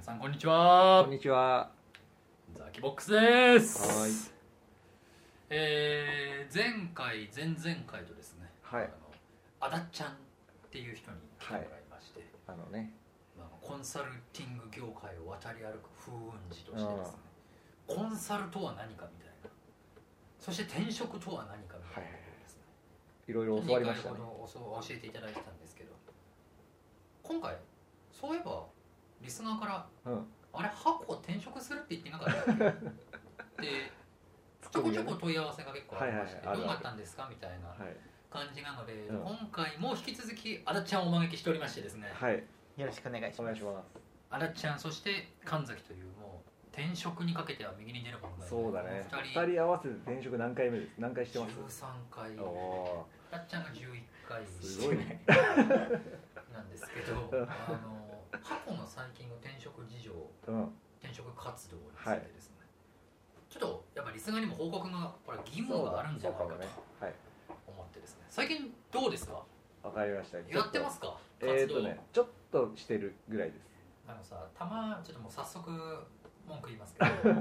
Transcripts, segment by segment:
さんこんにちは。 こんにちは。 ザキボックスです。 はい。 前回前々回とですね、 はい。 あだっちゃんっていう人に来てもらいまして、コンサルティング業界を渡り歩く風雲児としてですね、コンサルとは何かみたいな、そして転職とは何かみたいなことですね、 いろいろ教わりましたね。 教えていただいてたんですけど、今回そういえばリスナーから、あれ箱転職するって言ってなかったってちょこちょこ問い合わせが結構ありまして、どうなったんですかみたいな感じなので、今回も引き続きあだっちゃんをお招きしておりましてですね、 はい、 よろしくお願いします。 あだっちゃん、そして神崎という、もう転職にかけては右に出るものがいる。 そうだね、2人合わせて転職何回目です？何回してます？ 13 回。あだっちゃんが11回すごいねなんですけど、過去の最近の転職事情、転職活動についてですね、ちょっとやっぱリスナーにも報告が義務があるんじゃないかと思ってですね、最近どうですか？ わかりました。 やってますか？活動ちょっとしてるぐらいです。 ちょっともう早速文句言いますけど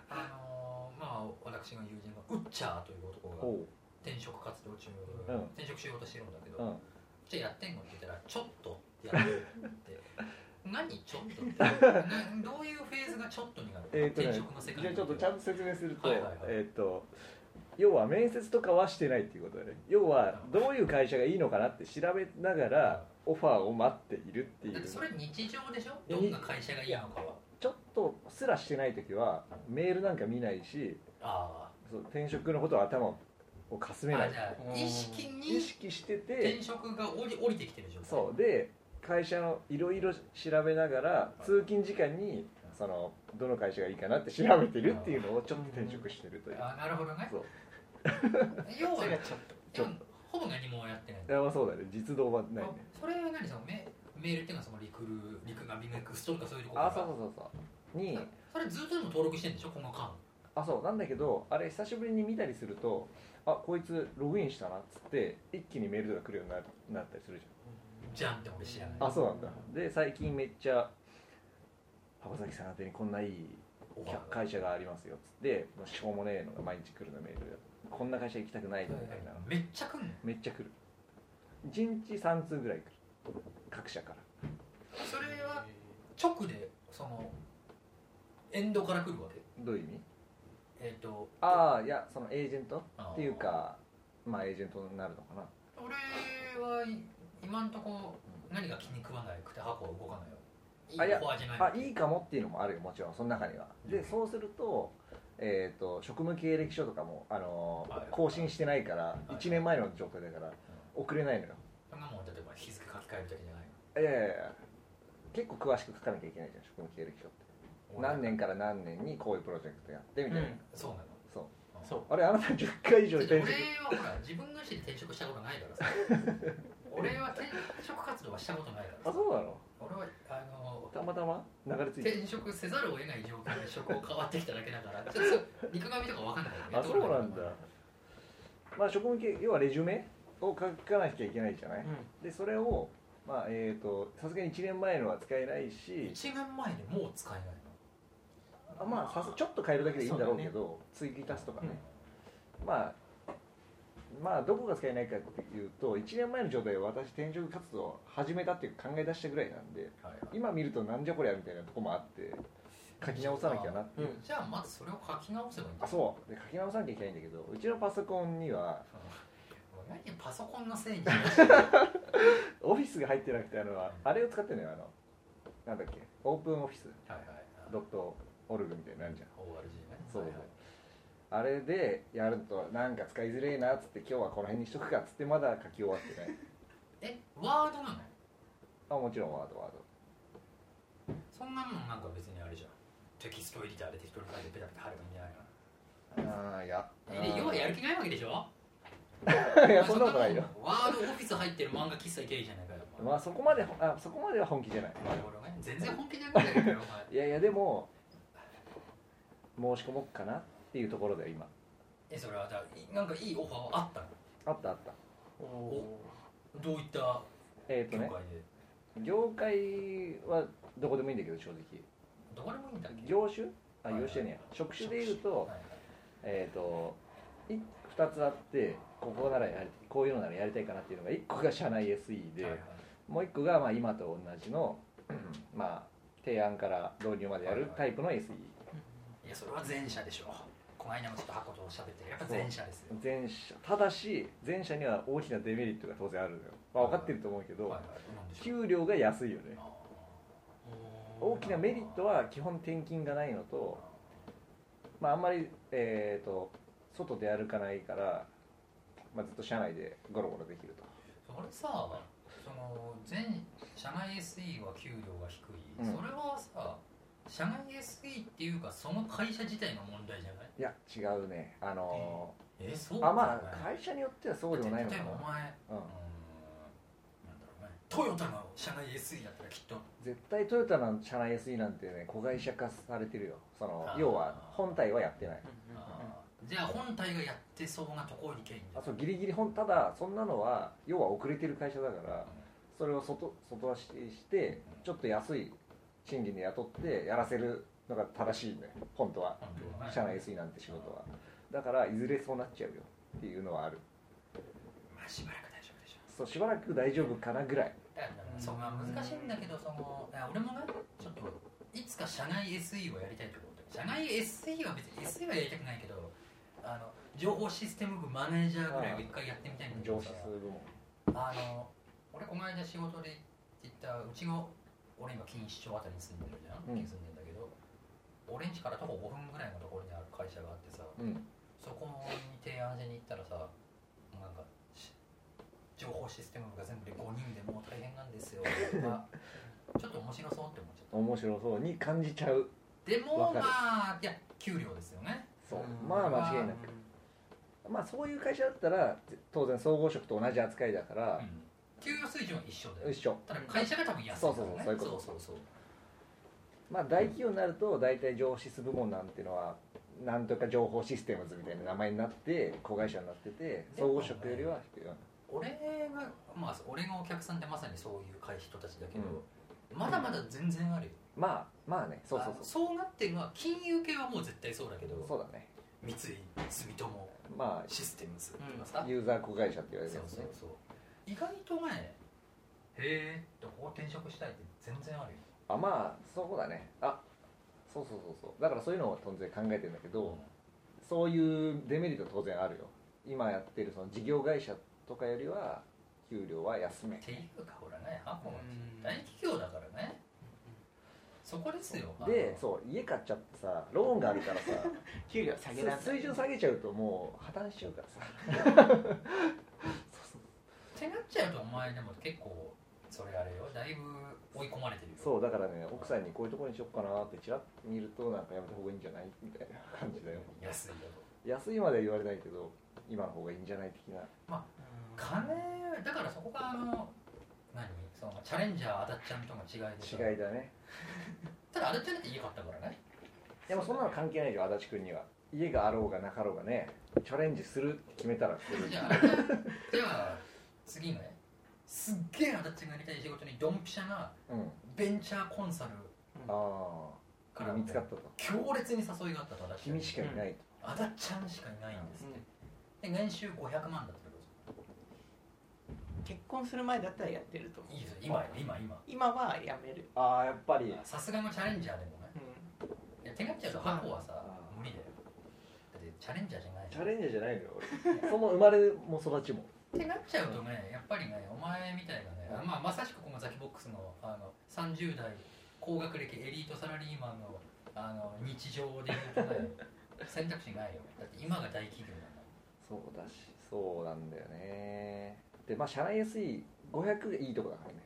私の友人のウッチャーという男が転職活動中、転職しようとしてるんだけど、じゃあやってんのって言ったら、ちょっとやってるって何ちょっとってどういうフェーズがちょっとになる？転職の世界。 じゃあちょっとちゃんと説明すると、要は面接とかはしてないっていうことだね。要はどういう会社がいいのかなって調べながらオファーを待っているっていう。 だってそれ日常でしょ？どんな会社がいいのかは。 ちょっとすらしてないときはメールなんか見ないし、そう転職のことを頭をかすめない。 じゃあ意識してて転職が降りてきてる状態。 そうで、会社のいろいろ調べながら通勤時間にどの会社がいいかなって調べてるっていうのをちょっと転職してるという。 なるほどね。そう要はちょっとほぼ何もやってない。 そうだね、実動はないね。 それは何、そのメールっていうのはそのリクガビネクストとかそういうところ。 そうにそれずっとでも登録してるんでしょ、この間。 そうなんだけど、あれ久しぶりに見たりすると、こいつログインしたなっつって一気にメールとか来るようになったりするじゃんって俺知らない。 そうなんだ。で最近めっちゃ箱崎さん宛てにこんないい会社がありますよっつって、しょうもねえのが毎日来るのメールで、こんな会社行きたくないみたいな。 めっちゃ来るの？ めっちゃ来る。1日3通ぐらい来る、各社から。 それは直でエンドから来るわけ？ どういう意味？いや、そのエージェントっていうか、エージェントになるのかな。 俺は今んとこ何が気に食わなくて箱は動かないよ。いいかもっていうのもあるよ、もちろんその中には。でそうすると、職務経歴書とかも更新してないから、1年前の状態だから送れないのよ。 そんなもん例えば日付書き換えるだけじゃないの？ いや結構詳しく書かなきゃいけないじゃん、職務経歴書って。何年から何年にこういうプロジェクトやってみたいな。 そうなの。 あれ、あなた10回以上転職。 俺はほら自分の意思で転職したことないからさ俺は転職活動はしたことないからさ。 そうなの？ 俺はたまたま流れ着いて転職せざるを得ない状況で職を変わってきただけだからちょっと陸上とか分かんないよね。 そうなんだ。職務経、要はレジュメを書かなきゃいけないじゃない、でそれをさすがに1年前のは使えないし。 1年前でもう使えないの？ ちょっと変えるだけでいいんだろうけど、追記足すとかね、どこが使えないかっていうと、1年前の状態で私転職活動を始めたっていう考え出したぐらいなんで、今見るとなんじゃこりゃみたいなとこもあって書き直さなきゃなっていう。 じゃあまずそれを書き直せばいいんだ。 そうで、書き直さなきゃいけないんだけど、うちのパソコンには何パソコンのせいにオフィスが入ってなくて、あれを使ってるのよ、なんだっけ、オープンオフィスドットオルグみたいなのあるじゃん。 ORG ね。 そうあれでやるとなんか使いづれえなっつって、今日はこの辺にしとくかっつってまだ書き終わってない。 ワードなの？ もちろんワード。 そんなもんなんか別にあれじゃん、テキストエディターで適当に書いてペタペタ貼ればいいんじゃないかな。要はやる気ないわけでしょいや、そんなことないよ。 ワードオフィス入ってる漫画喫茶行けばいいじゃないかよ。 そこまでは本気じゃない。 なるほどね。全然本気じゃないんだけどいやでも申し込もうかなっていうところで今。 それはなんかいいオファーはあったの？ あった。 どういった業界で？ 業界はどこでもいいんだけど、正直どこでもいいんだっけ。 業種業種ね、職種でいうと、2つあって、こういうのならやりたいかなっていうのが、1個が社内 SE で、もう1個がまあ今と同じのまあ提案から導入までやるタイプの SE。 いや、それは前者でしょう。この間もちょっと箱と喋ってる、やっぱ前者ですよ。 前者、ただし前者には大きなデメリットが当然あるのよ。まあ、分かってると思うけど、給料が安いよね。大きなメリットは基本転勤がないのと、まあ、あんまり、外で歩かないから、まあ、ずっと社内でゴロゴロできると。 それさ、その社内 SE は給料が低い、それはさ、社内 SE っていうかその会社自体の問題じゃない？ いや違うね。 そうかね。 まあ会社によってはそうでもないのかな。 例えばお前、なんだろうね、トヨタの社内 SE だったらきっと絶対トヨタの社内 SE なんてね、子会社化されてるよ。要は本体はやってない。 じゃあ本体がやってそうなところに行けばいいんだ。 そう、ギリギリただそんなのは要は遅れてる会社だから、それを外出ししてちょっと安い賃金で雇ってやらせるのが正しいね、本当は。社内 SE なんて仕事は。だからいずれそうなっちゃうよっていうのはある。 まあしばらく大丈夫でしょ。 そう、しばらく大丈夫かなぐらい。 そこが難しいんだけど、俺もね、ちょっといつか社内 SE をやりたいと思って。社内 SE は別に SE はやりたくないけど、情報システム部マネージャーぐらいを一回やってみたいんだけどさ、俺この間仕事で行った俺今錦糸町あたりに住んでるじゃん、住んでんだけど、俺ん家から徒歩5分ぐらいのところにある会社があってさ、そこに提案しに行ったらさ、なんか情報システム部が全部で5人でもう大変なんですよちょっと面白そうって思っちゃった。 面白そうに感じちゃう。 でもまあいや給料ですよね。 そう、まあ間違いなく、まあそういう会社だったら当然総合職と同じ扱いだから、 給与水準は一緒だよ。 一緒。 ただ会社が多分安いからね。 そういうこと。まあ大企業になると大体情報シス部門なんていうのはなんとか情報システムズみたいな名前になって子会社になってて、総合職よりは低い。 俺がお客さんってまさにそういう人たちだけど、まだまだ全然あるよ。 まあね、 そうなってるのは金融系はもう絶対そうだけど、 そうだね。 三井住友、システムズとかさ、 ユーザー子会社って言われるやつね。 そう意外とね、へえここ転職したいって全然あるよ。 まあそうだね。そうだからそういうのを当然考えてるんだけど、そういうデメリット当然あるよ。今やってるその事業会社とかよりは給料は安めっていうか、ほらね、大企業だからね、そこですよ。 で、そう家買っちゃってさ、ローンがあるからさ給料下げられない、 水準下げちゃうともう破綻しちゃうからさってなっちゃうと、お前でも結構それあれよ、だいぶ追い込まれてるよ。 そうだからね、奥さんにこういうところにしようかなってちらっと見ると、なんかやめた方がいいんじゃないみたいな感じだよ。 安いよ。 安いまでは言われないけど、今の方がいいんじゃない的な。 まあ金だから、そこがそのチャレンジャーあだっちゃんとの違いでしょ。 違いだね。ただあだっちゃんって家買ったからね。 でもそんなの関係ないよ、足立君には。家があろうがなかろうがね、チャレンジするって決めたらする。 じゃあ次ね、すっげえあだっちゃんがやりたい仕事にドンピシャなベンチャーコンサルから見つかったと。 強烈に誘いがあったと。 君しかいないと。 あだっちゃんしかいないんですって。で年収500万だったらどうする？ 結婚する前だったらやってると思う。 いいですよ、 今はやめる。 やっぱりさすがのチャレンジャーでもね、いや手がっちゃうと箱はさ無理だよ。だってチャレンジャーじゃない。 チャレンジャーじゃないのよ俺その生まれも育ちもってなっちゃうとね、やっぱりね、お前みたいなね、まさしくこのザキボックスの30代高学歴エリートサラリーマンの日常で言うとね選択肢ないよ。だって今が大企業なんだ。 そうだし、そうなんだよね。で社内 SE500 がいいとこだからね、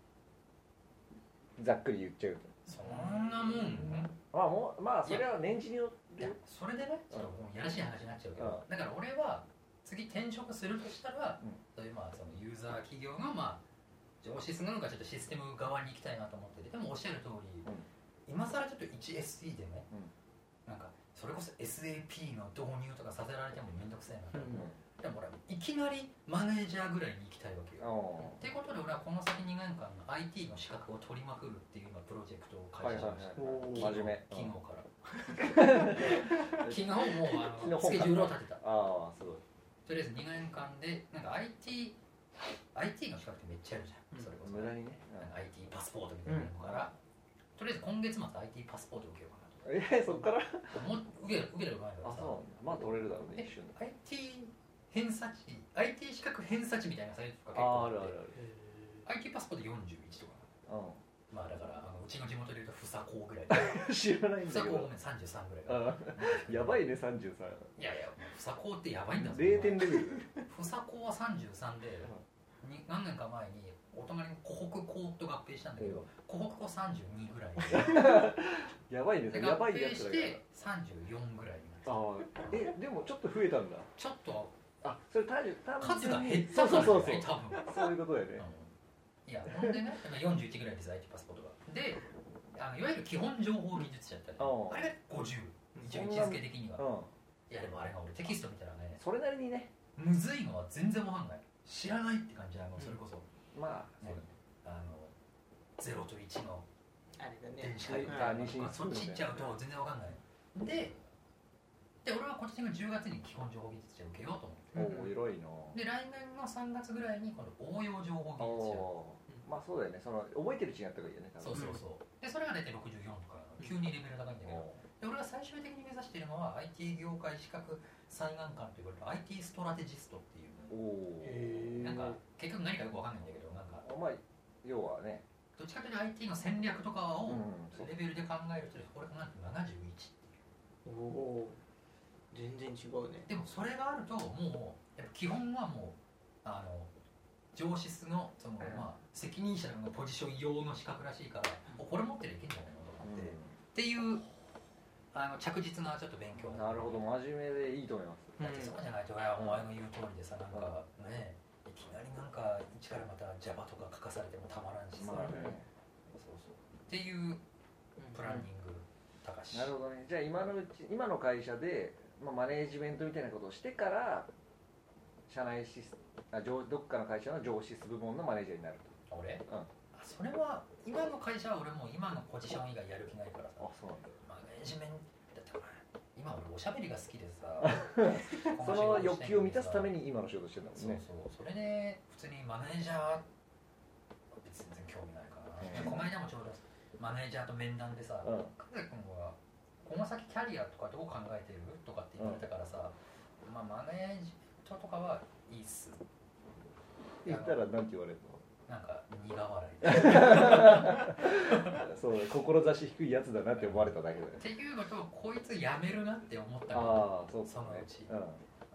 ざっくり言っちゃうと。 そんなもん？ それは年次によって。 それでね、ちょっともうやらしい話になっちゃうけど、だから俺は次転職するとしたら、そういうそのユーザー企業が上司するのかちょっとシステム側に行きたいなと思ってて、でもおっしゃる通り、今更ちょっと 1SE でね、なんかそれこそ SAP の導入とかさせられてもめんどくさいなと。でも俺いきなりマネージャーぐらいに行きたいわけよ。っていうことで俺はこの先2年間の IT の資格を取りまくるっていう今プロジェクトを開始しました。 真面目。 昨日から昨日もスケジュールを立てた。 ああすごい。 とりあえず2年間でなんか IT の資格ってめっちゃあるじゃん、それこそ無駄にね、 IT パスポートみたいなのから、とりあえず今月末 IT パスポート受けようかなと。 そっからもう受ける前からさ、 まあ取れるだろうね。 IT 偏差値 IT 資格偏差値みたいなサイトとか結構あって、IT パスポート41とか、まあだからうちの地元でいうとふさこうぐらい知らないんだけど、 ふさこう33ぐらいやばいね33。 いやふさこうってやばいんだぞ。 0点レベル。 ふさこうは33で、何年か前にお隣の湖北校と合併したんだけど、湖北校32ぐらいやばいね。やばいやつだから合併して34ぐらいになった。でもちょっと増えたんだ。 ちょっとそれ単数が減ったからね。そう多分そういうことだよね。 いやほんでね41ぐらいです IT パスポートがで、いわゆる基本情報技術者ってあれが50、一応位置づけ的には。いやでもあれが俺テキスト見たらね、 それなりにね、 むずいのは全然わかんない、知らないって感じなの。それこそまあね、 0と1のあれだね、 電子回路とかそっち行っちゃうと全然わかんないで俺は今年の10月に基本情報技術者を受けようと思って、 偉いな。 で来年の3月ぐらいに今度応用情報技術者、 まあそうだよね、覚えてるうちにやった方がいいよね。 そうでそれが大体64とか急にレベル高いんだけど、で俺が最終的に目指しているのは IT 業界資格最難関というか IT ストラテジストっていう、なんか結局何かよくわかんないんだけど、なんかまあ要はね、 どっちかというと IT の戦略とかをレベルで考えるとこれかなって71っていう。 おお、全然違うね。 でもそれがあるともうやっぱ基本はもう上司のまあ責任者のポジション用の資格らしいから、これ持ってりゃいけんじゃないのと思って、っていう着実なちょっと勉強。 なるほど、真面目でいいと思います。 だってそうじゃないと、お前の言う通りでさ、なんかね、いきなりなんか一からまた Java とか書かされてもたまらんしさ、っていうプランニング高し。 なるほどね。じゃあ今の会社で、マネージメントみたいなことをしてから社内どっかの会社の上司部門のマネージャーになると。 俺？それは今の会社は俺もう今のポジション以外やる気ないからさ。 そうなんだ。 マネージメントだって今俺おしゃべりが好きでさその欲求を満たすために今の仕事してるんだもんね。 それで普通にマネージャー別に全然興味ないから、この間もちょうどマネージャーと面談でさ、神崎君はこの先キャリアとかどう考えてるとかって言われたからさ、マネージトとかはいいっす言ったら何て言われるの？ なんか苦笑いそう、志低いやつだなって思われただけだよ。 っていうのと、こいつやめるなって思ったの。そのうち。別に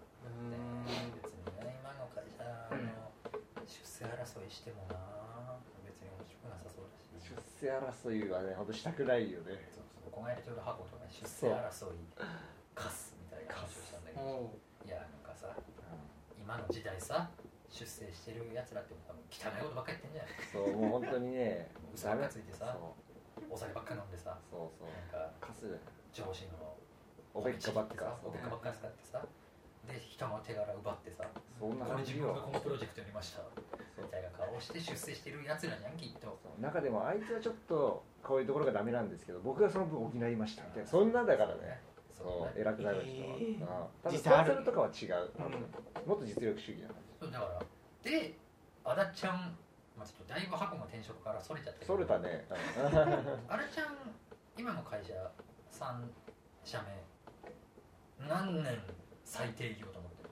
ね、今の会社出世争いしてもな別に面白くなさそうだし。 出世争いはね、本当したくないよね。 この間ちょうど箱とね、出世争いカスみたいな話をしたんだけど、いやなんかさ、今の時代さ、出世してるやつらって汚いことばっかり言ってんじゃない。 そう、もう本当にね、 嘘ばっかついてさ、お酒ばっか飲んでさ、なんか上司のおべっかばっか使ってさ、で人の手柄奪ってさ、 そんなこれ自分がこのプロジェクトやりましたみたいな顔をして出世してるやつらじゃんきっと。 中でもあいつはちょっとこういうところがダメなんですけど、僕がその分補いましたみたいな、そんなだからね。そう偉くなる人は。ただコンサルとかは違う。もっと実力主義な感じ。 だからであだちゃん、ちょっとだいぶ箱の転職からそれちゃったけど。 それたね。 あだちゃん今の会社3社目何年最低業と思って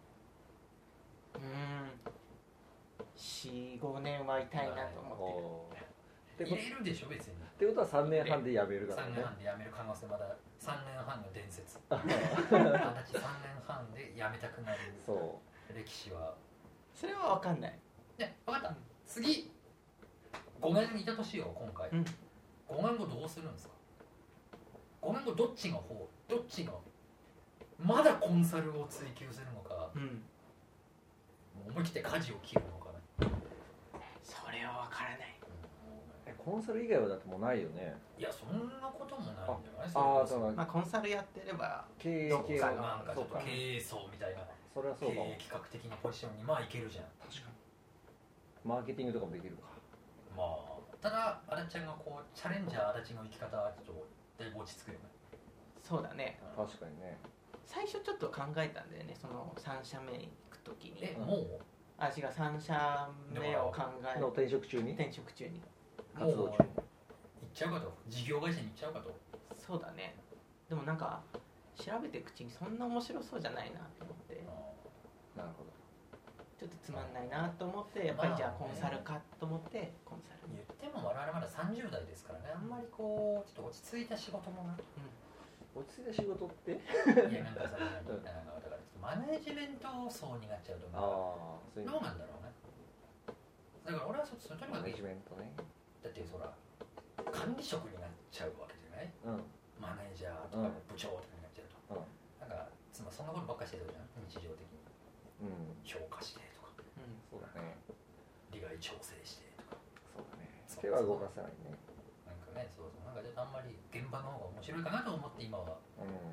る ？4、5年はいたいなと思ってる。 入れるでしょ別に。 ってことは3年半で辞めるからね。3年半で辞める可能性、まだ3年半の伝説。あだち3年半で辞めたくなる歴史は。 それは分かんない。 ね、分かった。次5年いたとしよう今回。5年後どうするんですか？5年後どっちがまだコンサルを追求するのか、もう思い切って舵を切るのかね。 それは分からない。 コンサル以外はだってもうないよね。 いやそんなこともないんじゃない？ コンサルやってれば経営なんかちょっと経営層みたいな、 それはそうかも。 経営企画的なポジションにいけるじゃん。 確かに。マーケティングとかもできるか。 ただ足立ちゃんがこうチャレンジャー足立の生き方はちょっとだいぶ落ち着くよね。 そうだね。 確かにね。 最初ちょっと考えたんだよね、その3社目行くときに。 もう違う、3社目を考えの転職中に転職中に活動中に行っちゃうかと、事業会社に行っちゃうかと。 そうだね。でもなんか調べていくうちにそんな面白そうじゃないなと思って、 なるほど。 ちょっとつまんないなと思って、やっぱりじゃあコンサルかと思ってコンサルに。 言っても我々まだ30代ですからね、あんまりこうちょっと落ち着いた仕事もな、 落ち着いた仕事っていやなんかさ、なんかだからマネジメント層になっちゃうとどうなんだろうね。だから俺はとにかくマネジメントね。 だってそら管理職になっちゃうわけじゃない、マネージャーとか部長とかになっちゃうと、なんかそんなことばっかりしてるじゃん、日常的に、評価してとか、 そうだね、 利害調整してとか、 そうだね、手は動かさないね。 なんかね、そうなんかちょっとあんまり現場の方が面白いかなと思って今は。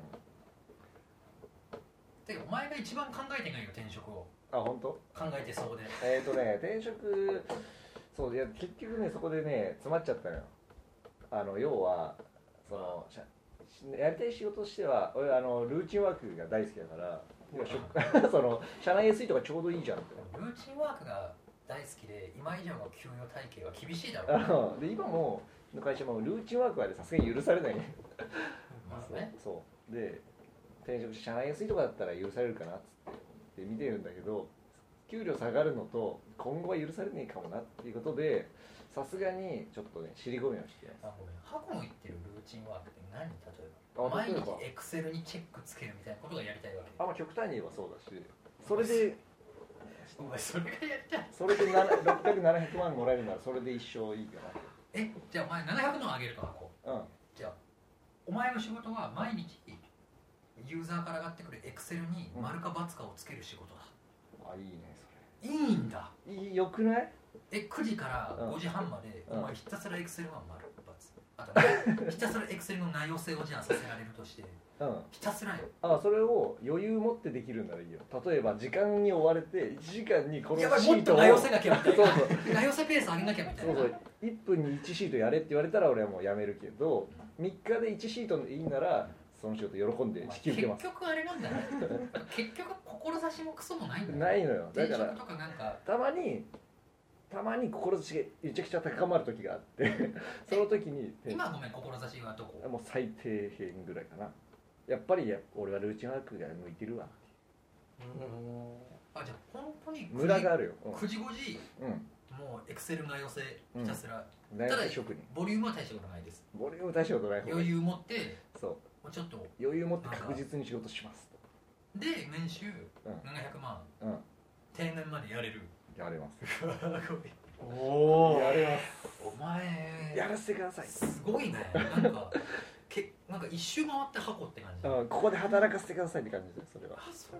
てかお前が一番考えてないよ転職を。 本当？ 考えてそうで。 転職、そういや結局ねそこでね詰まっちゃったのよ。要はそのやりたい仕事としては俺ルーチンワークが大好きだからその社内 SE とかちょうどいいじゃんって。 ルーチンワークが大好きで今以上の給与体系は厳しいだろう、 で今もの会社もルーチンワークはさすがに許されないね。 まあね、 そうで転職社内 SE とかだったら許されるかなっつって見てるんだけど、給料下がるのと今後は許されねえかもなっていうことでさすがにちょっとね尻込みをしてます。 ごめん、ハコの言ってるルーチンワークって何？例えば毎日エクセルにチェックつけるみたいなことがやりたいわけ。 まあ極端に言えばそうだし、それでお前それがやりたい。 それで600、700万もらえるならそれで一生いいかな。 じゃあお前700万あげるとハコ。じゃあお前の仕事は毎日ユーザーから上がってくるエクセルに丸か×かをつける仕事だ。 いいねそれ。いいんだ。 よくない？ 9時から5時半まで、お前ひたすらエクセルは丸×。あとひたすらエクセルの内容性をじゃあさせられるとして、ひたすらよ。 それを余裕持ってできるならいいよ。例えば時間に追われて1時間にこのシートをもっと内容性なきゃみたいな。内容性ペース上げなきゃみたいな。 そう1分に1シートやれって言われたら俺はもうやめるけど、3日で1シートでいいならその仕事喜んで引き受けます。 結局あれなんだね。結局志もクソもないんだよ。 ないのよ。だからとかなんかたまに志がめちゃくちゃ高まる時があってその時に今ごめん、志はどこ？ もう最低限ぐらいかな。やっぱり俺はルーチンワークが向いてるわ。 じゃあ本当にムラがあるよ。 9時5時、もうエクセル内容性ひたすら、 ただボリュームは大したことないです。 ボリューム大したことない方が余裕持って、 そうちょっと余裕持って確実に仕事しますで年収700万、定年までやれる。 やれます。 おお、 やれます。 お前やらせてください。 すごいね。なんか一周回って箱って感じ。 ここで働かせてくださいって感じです。それは。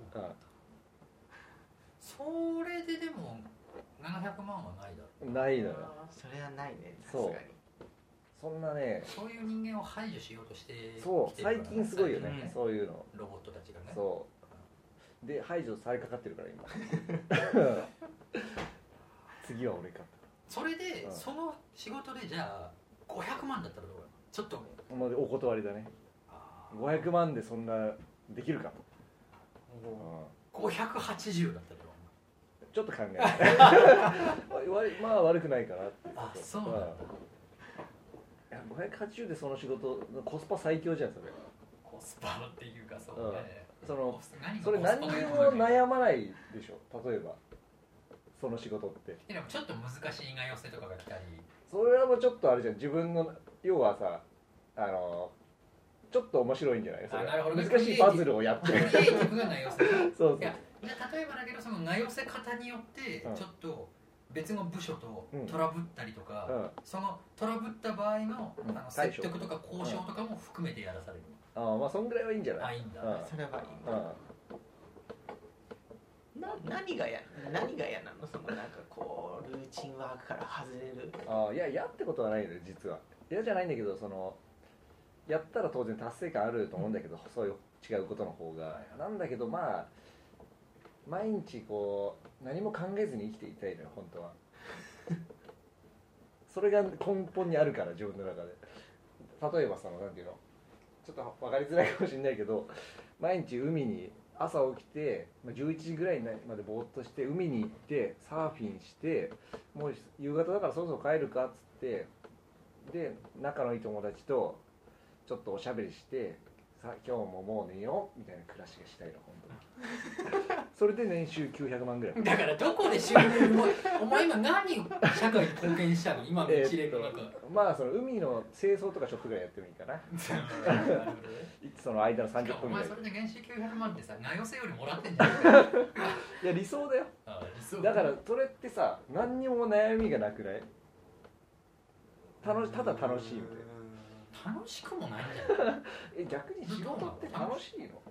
それででも700万はないだろう。 ないのよ。 それはないね。さすがに。 そんなね。 そういう人間を排除しようとして。 そう最近すごいよね。そういうの。 ロボットたちがね。 そうで排除されかかってるから今。次は俺か。 それでその仕事でじゃあ500万だったらどうかな。ちょっとお断りだね。500万でそんなできるか。 580だったらちょっと考えまあ悪くないかなって。 そうなんだ。 580でその仕事コスパ最強じゃんそれ。 コスパっていうかそうね。 それ何にも悩まないでしょ。例えばその仕事ってでもちょっと難しい内容性とかが来たり、 それはもうちょっとあれじゃん。自分の要はさちょっと面白いんじゃない？それ難しいパズルをやってる。 クリエイティブな内容性。 そういや例えばだけどその内容性方によってちょっと別の部署とトラブったりとか、そのトラブった場合の説得とか交渉とかも含めてやらされる。 まあそんぐらいはいいんじゃない？ いいんだ。 それはいいんだ。何が嫌なの？そのなんかこうルーチンワークから外れる。 いや嫌ってことはないのよ実は。嫌じゃないんだけど、そのやったら当然達成感あると思うんだけど、そういう違うことの方がなんだけど、まあ毎日こう何も考えずに生きていたいのよ本当は。 それが根本にあるから自分の中で。例えばなんていうの、ちょっと分かりづらいかもしれないけど、毎日海に朝起きて11時ぐらいまでぼーっとして海に行ってサーフィンして、もう夕方だからそろそろ帰るかっつって、で仲のいい友達とちょっとおしゃべりして、さ今日ももう寝ようみたいな暮らしがしたいの本当に。それで年収900万ぐらい。 だからどこで収入をお前今何社会に貢献したの今の一連の中、 まあ海の清掃とかちょっとぐらいやってもいいかな。その間の30分ぐらい。 お前それで年収900万ってさ、名寄せよりもらってんじゃないか。 いや理想だよ。 理想だからそれってさ、何にも悩みがなくない？ただ楽しいみたいな。楽しくもないんじゃない？ 逆に仕事って楽しいの？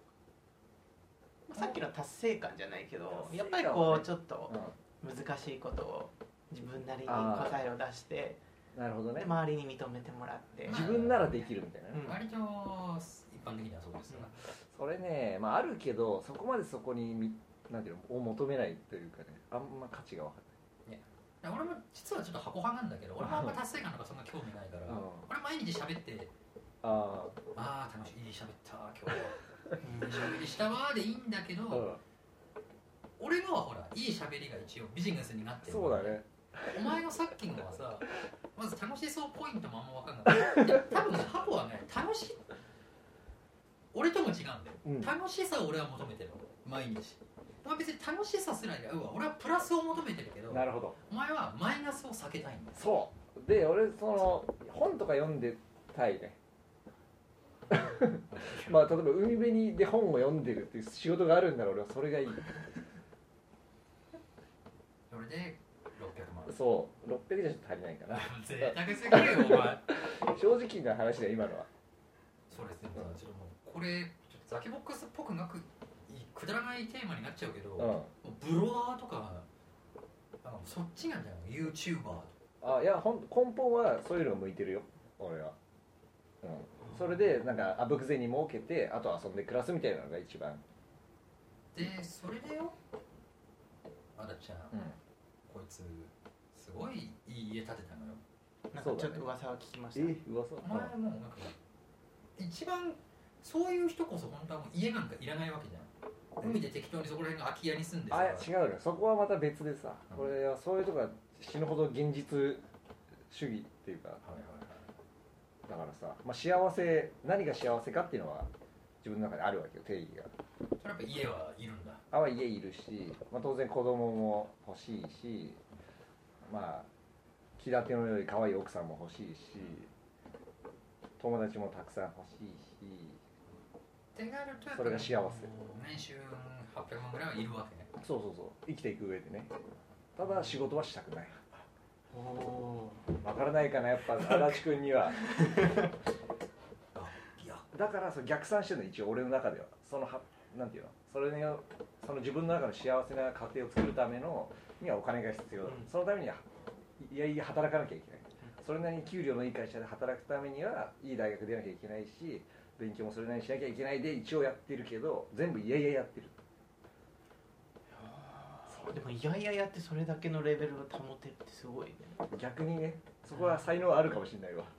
さっきの達成感じゃないけど、やっぱりこうちょっと難しいことを自分なりに答えを出して、 なるほどね、 周りに認めてもらって、 自分ならできるみたいな、 割と一般的にはそうですよ、 それね、あるけどそこまでそこになんていうのを求めないというかね、あんま価値が分かんない。 俺も実はちょっと箱派なんだけど、俺もあんま達成感とかそんな興味ないから、俺毎日喋って、ああ楽しい、喋った今日喋りしたわーでいいんだけど、俺のはほらいい喋りが一応ビジネスになってる。 そうだね。 お前のさっきのはさ、まず楽しそうポイントもあんま分かんない。多分ね、箱はね、楽しい、俺とも違うんだよ、楽しさを俺は求めてるの毎日。お前別に楽しさすらいらんわ、俺はプラスを求めてるけど、 なるほど、 お前はマイナスを避けたいんだ。 そうで、俺本とか読んでたいね。まあ例えば海辺で本を読んでるっていう仕事があるんなら俺はそれがいい。 それで600万。 そう600じゃちょっと足りないかな。 贅沢すぎるよお前。 正直な話だよ今のは。 そうですね、ちょっともうこれちょっとザキボックスっぽくなくくだらないテーマになっちゃうけど、ブロガーとかそっちなんじゃない YouTuber とか。 いや根本はそういうのが向いてるよ俺は。それでなんかあぶく銭儲けてあと遊んで暮らすみたいなのが一番で、それでよあだちゃん、こいつすごいいい家建てたのよ。 なんかちょっと噂は聞きました。 噂？お前もうなんか一番そういう人こそ本当はもう家なんかいらないわけじゃん。海で適当にそこら辺の空き家に住んでさ。 違うよ、そこはまた別でさ、これはそういうとこが死ぬほど現実主義っていうか、だからさ、幸せ、何が幸せかっていうのは自分の中であるわけよ、定義が。 それやっぱ家はいるんだ。 家いるし、当然子供も欲しいし、気立てのよい可愛い奥さんも欲しいし、友達もたくさん欲しいし、それが幸せ。 年収800万ぐらいはいるわけね。 そう生きていく上でね。ただ仕事はしたくない。分からないかな、やっぱ足立君には。だから逆算してるの、一応俺の中では。なんていうの、その自分の中の幸せな家庭を作るためのにはお金が必要だ、そのためにはいやいや働かなきゃいけない、それなりに給料のいい会社で働くためにはいい大学出なきゃいけないし、勉強もそれなりにしなきゃいけないで一応やってるけど、全部いやいややってる。 でもいやいややってそれだけのレベルを保てるってすごいね。 逆にね、そこは才能あるかもしれないわ。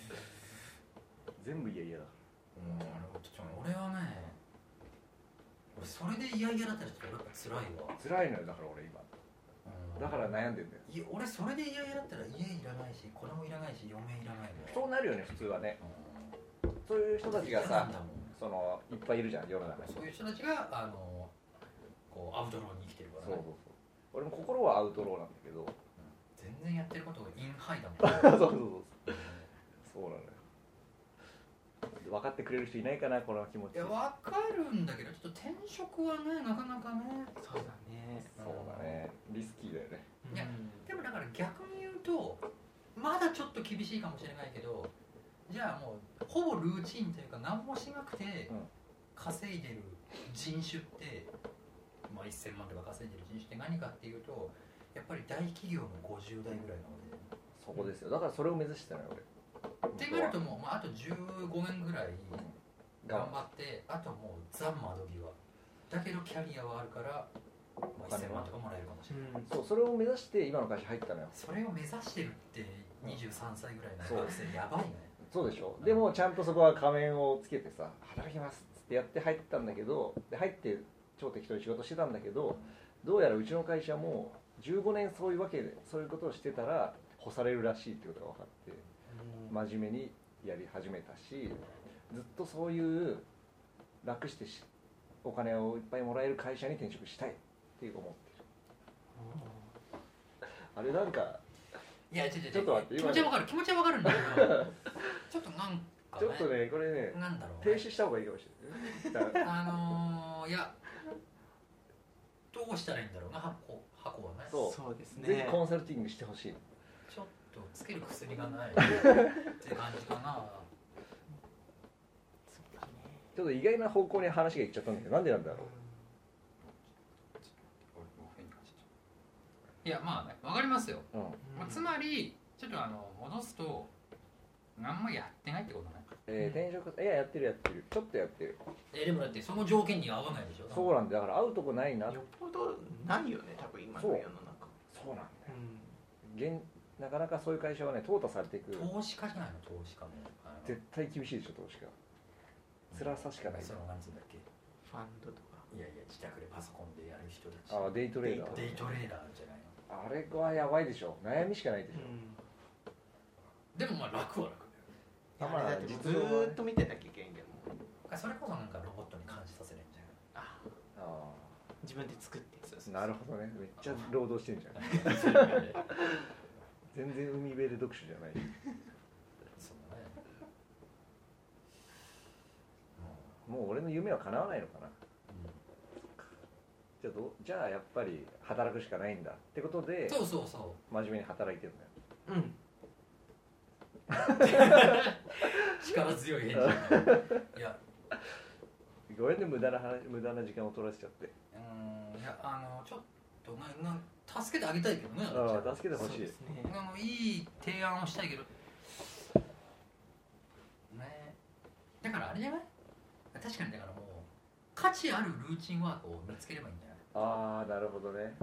全部いやいやだ。 俺はね、それでいやいやだったらちょっと俺は辛いわ。 辛いのよ、だから俺今。だから悩んでんだよ。 俺それでいやいやだったら家いらないし、子供いらないし、嫁いらないの。 そうなるよね、普通はね。そういう人たちがさ、いっぱいいるじゃん、世の中に。そういう人たちがこうアウトローに生きてるからね。俺も心はアウトローなんだけど、全然やってることがインハイだもん。そうなのよ。分かってくれる人いないかな、この気持ち。いや、分かるんだけど、ちょっと転職はね、なかなかね。そうだね、リスキーだよね。いや、でもだから逆に言うとまだちょっと厳しいかもしれないけど、じゃあもうほぼルーチンというか何もしなくて稼いでる人種って、1000万とか稼いでる人種って何かっていうと、やっぱり大企業の50代ぐらいなので、そこですよ。だからそれを目指してたのよ俺。ってなるともう、あと15年ぐらい頑張って、あともうザ・窓際だけどキャリアはあるからお金はとかもらえるかもしれない、 そう、それを目指して今の会社入ったのよ。 それを目指してるって23歳ぐらいの学生やばいね。 そうでしょ。でもちゃんとそこは仮面をつけてさ、働きますってやって入ったんだけど、で入って超適当に仕事してたんだけど、どうやらうちの会社も15年そういうことをしてたら干されるらしいってことが分かって、真面目にやり始めたし、ずっとそういう楽してお金をいっぱいもらえる会社に転職したいって思ってる。あれなんか、 いや、ちょっと待って、 気持ちはわかるんだけどちょっとなんか、ね、 ちょっとね、これね、 なんだろう、 停止した方がいいかもしれないいや、どうしたらいいんだろうな、箱はね。 そうですね。 ぜひコンサルティングしてほしい。 ちょっとつける薬がないって感じかな。 ちょっと意外な方向に話がいっちゃったんだけど、なんでなんだろう。 いや、まあね、わかりますよ、 うん、 つまりちょっと戻すと何もやってないってことね。 転職、いや、やってるちょっとやってる。 でもだってその条件に合わないでしょ。 そうなんだ、だから会うとこないな。 よっぽどないよね、多分今の世の中。 そうなんだよ、なかなかそういう会社はね、淘汰されていく。 投資家じゃないの、投資家も絶対厳しいでしょ、投資家。辛さしかない。 そのなんつうんだっけ、 ファンドとか。 いやいや、自宅でパソコンでやる人たち。 ああ、デイトレーダー。 デイトレーダーじゃないの。 あれはやばいでしょ、悩みしかないでしょ。 でもまあ楽は楽だよ。だってずーっと見てなきゃいけんけど。 それこそなんかロボットに監視させるんじゃん。 自分で作って。 なるほどね、めっちゃ労働してるじゃん全然海辺で読書じゃない。 そうね。 もう俺の夢は叶わないのかな、じゃあやっぱり働くしかないんだってことで、 そう真面目に働いてるんだよ。 力強い返事。いや、 ごめんね、無駄な時間を取らせちゃって。 いや、ちょっと助けてあげたいけどね。 助けてほしい。 いい提案をしたいけどね。だからあれじゃない？確かに、だからもう価値あるルーチンワークを見つければいいんじゃない？ ああ、なるほどね。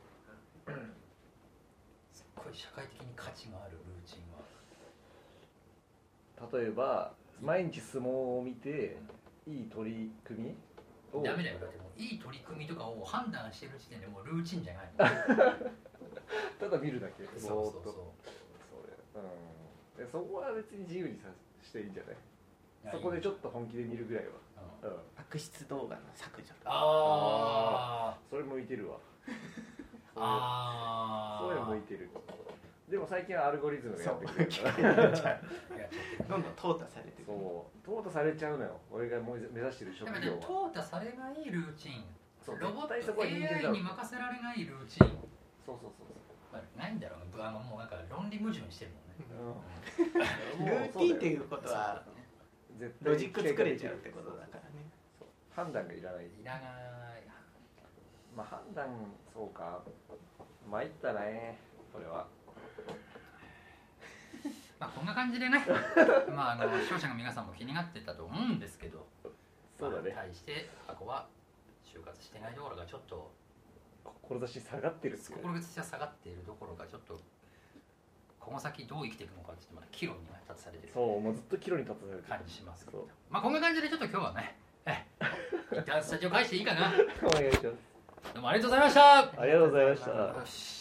すっごい社会的に価値があるルーチンワーク。例えば毎日相撲を見ていい取り組みを。 ダメだよ。だってもういい取り組みとかを判断してる時点でもうルーチンじゃないの。 ただ見るだけ。 そう。 そこは別に自由にしていいんじゃない？そこでちょっと本気で見るぐらいは。 悪質動画の削除。 それ向いてるわ。 それ向いてる。でも最近はアルゴリズムがやってくれるから。 どんどん淘汰されてる。 淘汰されちゃうのよ。俺が目指してる職業は。 淘汰されないルーチン。ロボット AI に任せられないルーチン。 そう。 ないんだろうね。もうなんか論理矛盾してるもんね。ルーティンっていうことはロジック作れちゃうってことだからね。 判断がいらない。まあ判断、そうか。参ったね、これは。 まあこんな感じでね、視聴者の皆さんも気になってたと思うんですけど、 そうだね。 対して箱は就活してないところがちょっと志下がってる。 志が下がっているところがちょっとこの先どう生きていくのかってまだ岐路に立たされてる。 そう、もうずっと岐路に立たされてる感じしますけど、まあこんな感じでちょっと今日はね、一旦スタジオ返していいかな。 お願いします。 どうもありがとうございました。 ありがとうございました。 よし。